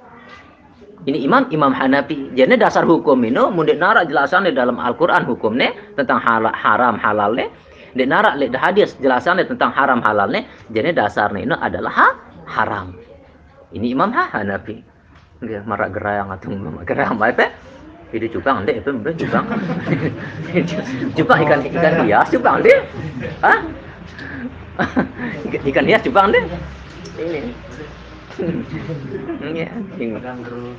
Ini Imam Imam Hanafi. Jadi dasar hukum ini mundik narak jelasan di dalam Al-Qur'an hukumnya tentang hal, haram halalnya. Di narak le hadis jelasannya tentang haram halalnya, jadi dasarnya ini adalah ha, haram. Ini Imam ha, Hanafi. Nggih, marak gerayang atau gerayang apa? Ini cupang deh, apa mbak cupang? Cupang ikan ikan hias cupang deh. Hah? Ikan hias cupang deh. Ini. Iya, ikan terus.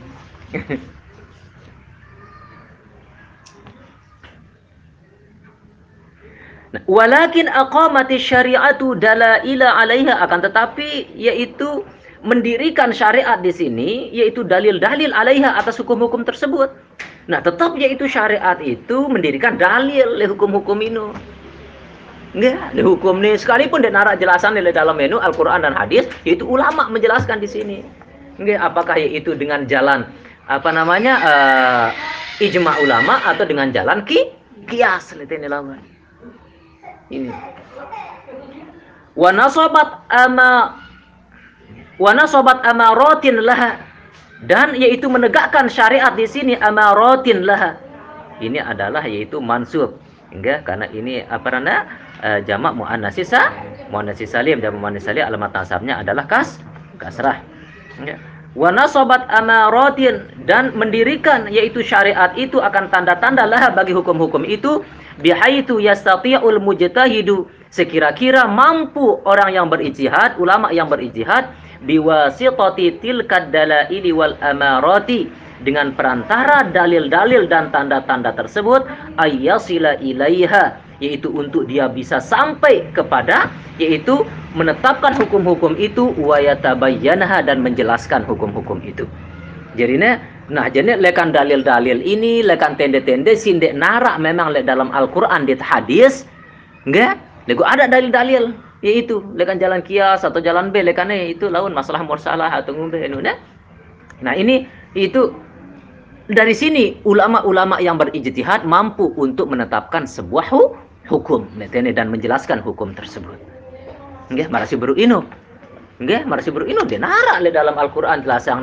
Nah, walakin aqamati syari'atu dalaila 'alaiha, akan tetapi yaitu mendirikan syariat di sini yaitu dalil-dalil 'alaiha atas hukum-hukum tersebut. Nah, tetap yaitu syariat itu mendirikan dalil le hukum-hukum ini. Enggak, le hukum ini sekalipun dia narak jelasan di dalam menu Al-Qur'an dan hadis, yaitu ulama menjelaskan di sini. Enggak, apakah yaitu dengan jalan apa namanya uh, ijma ulama atau dengan jalan ki qiyas letene lawan. Ini wa nasabat ama wa nasabat amaratin laha, dan yaitu menegakkan syariat di sini amaratin laha. Ini adalah yaitu mansub, enggak, karena ini apa namanya uh, jamak muannas sa muannas salim, jamak muannas salim alamat nasabnya adalah kas kasrah. Enggak. Wa nasabat amaratin, dan mendirikan yaitu syariat itu akan tanda-tanda laha bagi hukum-hukum itu, bihaitsu yastati'ul mujtahidu, sekira-kira mampu orang yang berijtihad, ulama yang berijtihad, biwasitati tilkad dalaili wal amarati, dengan perantara dalil-dalil dan tanda-tanda tersebut, ayyasila ilaiha, yaitu untuk dia bisa sampai kepada yaitu menetapkan hukum-hukum itu, wa yatabayyanaha, dan menjelaskan hukum-hukum itu. Jadinya nah jadi lekan dalil-dalil ini, lekan tende-tende sindek narak memang le dalam Al-Qur'an di hadis, enggak? Lego ada dalil-dalil yaitu lekan jalan kias atau jalan B, lekannya itu laun masalah mursalah atau ngumbe anu. Nah, ini itu dari sini ulama-ulama yang berijtihad mampu untuk menetapkan sebuah hukum dan menjelaskan hukum tersebut. Nggih, marasi baru inu. Nggih, marasi baru inu dia narak le dalam Al-Qur'an jelasang nih.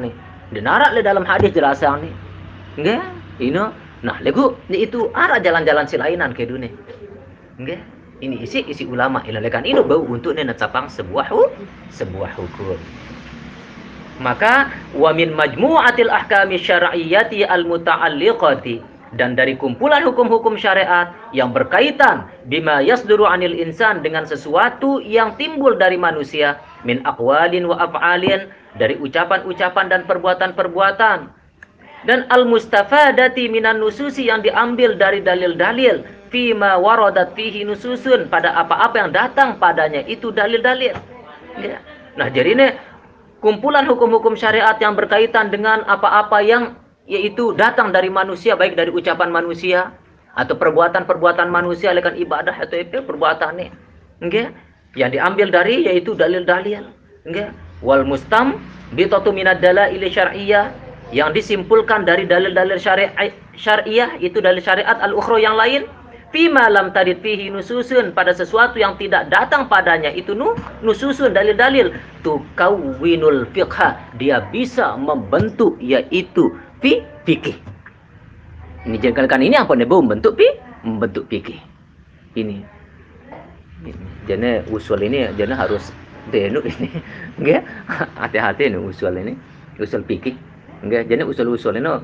Denarak le dalam hadis jelasang ni. Nggih, ino. Nah, lego itu arah jalan-jalan silainan ke dunia. Nggih. Ini isi isi ulama ilalekan ini bau untuk nenetapang sebuah hu, sebuah hukum. Maka wa min majmu'atil ahkami syar'iyyati al-muta'alliqati, dan dari kumpulan hukum-hukum syariat yang berkaitan bima yasduru anil insan, dengan sesuatu yang timbul dari manusia, min aqwalin wa af'alin, dari ucapan-ucapan dan perbuatan-perbuatan, dan al-mustafadati minan nususi, yang diambil dari dalil-dalil, fima waradat fihi nususun, pada apa-apa yang datang padanya itu dalil-dalil. Ya. Nah, jadi ini kumpulan hukum-hukum syariat yang berkaitan dengan apa-apa yang yaitu datang dari manusia, baik dari ucapan manusia atau perbuatan-perbuatan manusia, lekan ibadah atau itu perbuatannya, nggih, yang diambil dari yaitu dalil-dalil, nggih, wal mustam bitatu minad dalail syar'iyyah, yang disimpulkan dari dalil-dalil syariat syariah, itu dalil syariat al-ukhra yang lain, fima lam tarid fihi nususun, pada sesuatu yang tidak datang padanya itu nu, nususun, dalil-dalil, tukawwinul fiqha, dia bisa membentuk yaitu fi fikih. Ini jengkelkan ini apa nih, membentuk fi, membentuk fikih. Ini. Ini. Jadi usul ini jadi harus denu ini. Nggih, hati-hati nih usul ini, usul fikih. Nggih, jadi usul-usul ini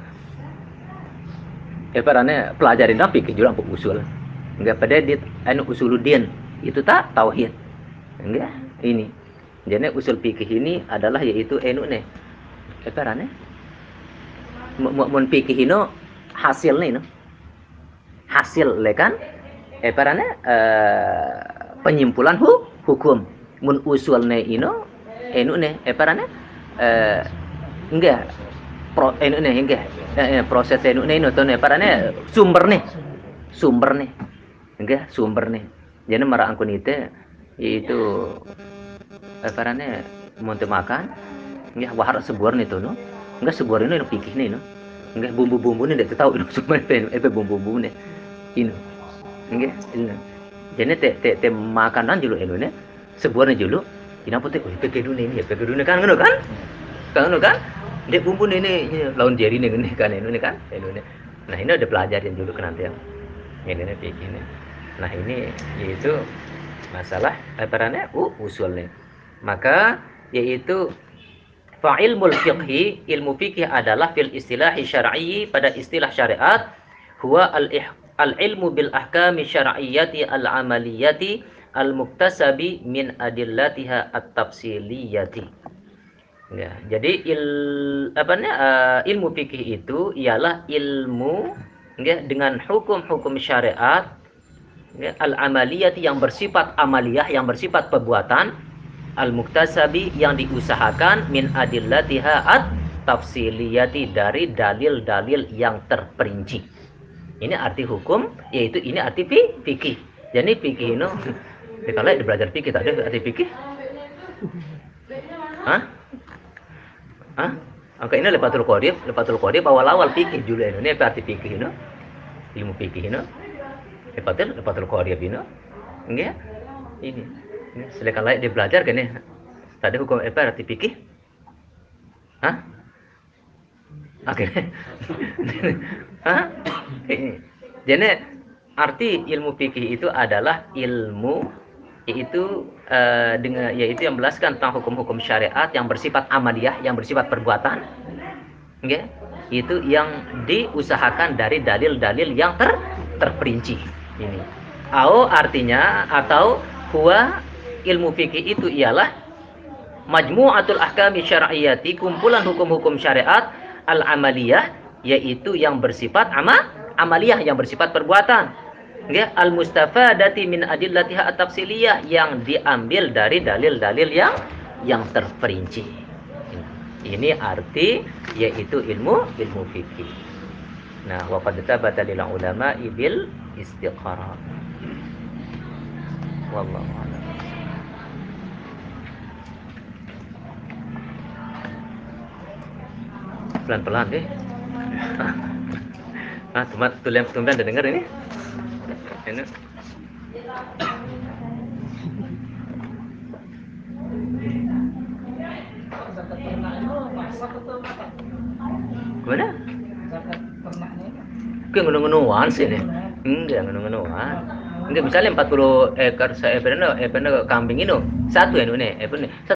eh parane pelajarin dah fikih juga untuk usul. Nggak pada di anu usuluddin itu tak tauhid. Nggih, ini. Jadi usul fikih ini adalah yaitu anu nih. Eh parane mun fikih ino hasil nih no. Hasil le kan eh parane eh, penyimpulan hu, hukum. Mun usul nih ino anu nih eh parane eh enggak pro anu nih enggak eh, proses anu nih ino to nih parane sumber nih. Sumber nih. Enggak sumber nih. Jadi marah angkun itu yaitu eh parane mun makan enggak wahar sebuar nih to no. Enggak sebuah ini pikir nih, no. Enggak bumbu-bumbu ini tidak tahu ini cuma itu bumbu-bumbu nih, ini, enggak, ini. Jadi te te te makanan julu ini, sebuahnya julu, ini apa teh? Oh, pikir dulu ini, pikir dulu kan, kan, kan, kan, dia bumbu ini, lawan jari ini, kan, ini kan, ini. Nah ini ada pelajaran julu kan nanti yang ini nih pikir ini. Nah ini yaitu masalah apa namanya? Uh, usulnya. Maka yaitu fa'ilmul fiqhi, ilmu fikih adalah fil istilahi syar'i, pada istilah syariat, huwa al-ilmu bil ahkami syar'iyyati al-amaliyati al-muktasabi min adillatiha at-tafsiliyati. Ya, jadi il apa namanya uh, ilmu fikih itu ialah ilmu ya, dengan hukum-hukum syariat ya, al-amaliyati, yang bersifat amaliyah, yang bersifat perbuatan, al-muktasabi, yang diusahakan, min adillatiha at-tafsiliyati, dari dalil-dalil yang terperinci. Ini arti hukum, yaitu ini arti fikih. Jadi fikih itu kalau belajar fikih tak ada arti fikih. Hah? Hah? Angka ini lepatul qadib, lepatul qadib awal-awal fikih dulu ini apa arti fikih itu? Ilmu fikih itu. Lepatul lepatul qadib itu. Enggak? Ini selekan lain dia belajar kan ya. Tadi hukum apa arti fikih? Hah? Oke. Okay. Hah? Jadi arti ilmu fikih itu adalah ilmu yaitu uh, dengan yaitu yang menjelaskan tentang hukum-hukum syariat yang bersifat amaliyah, yang bersifat perbuatan. Okay? Itu yang diusahakan dari dalil-dalil yang ter terperinci. Ini. Au artinya atau huwa ilmu fikih itu ialah majmu'atul ahkami syar'iyyati, kumpulan hukum-hukum syariat al-amaliyah, yaitu yang bersifat ama, amaliyah, yang bersifat perbuatan. Ya, al-mustafadati min adillatiha at-tafsiliyah, yang diambil dari dalil-dalil yang yang terperinci. Ini arti yaitu ilmu ilmu fikih. Nah, wa qad thabata lil ulama bil istiqara. Wallahu a'lam. Pelan-pelan deh. Ah, teman tulian tumben udah dengar ini? Ini. Gimana? zakat ternaknya itu. Ke ngono-ngonoan sih nih. Enggak ngono-ngonoan. Enggak misalnya empat puluh ekor saya pernah eh pernah kambing ini satu ya nih, eh pernah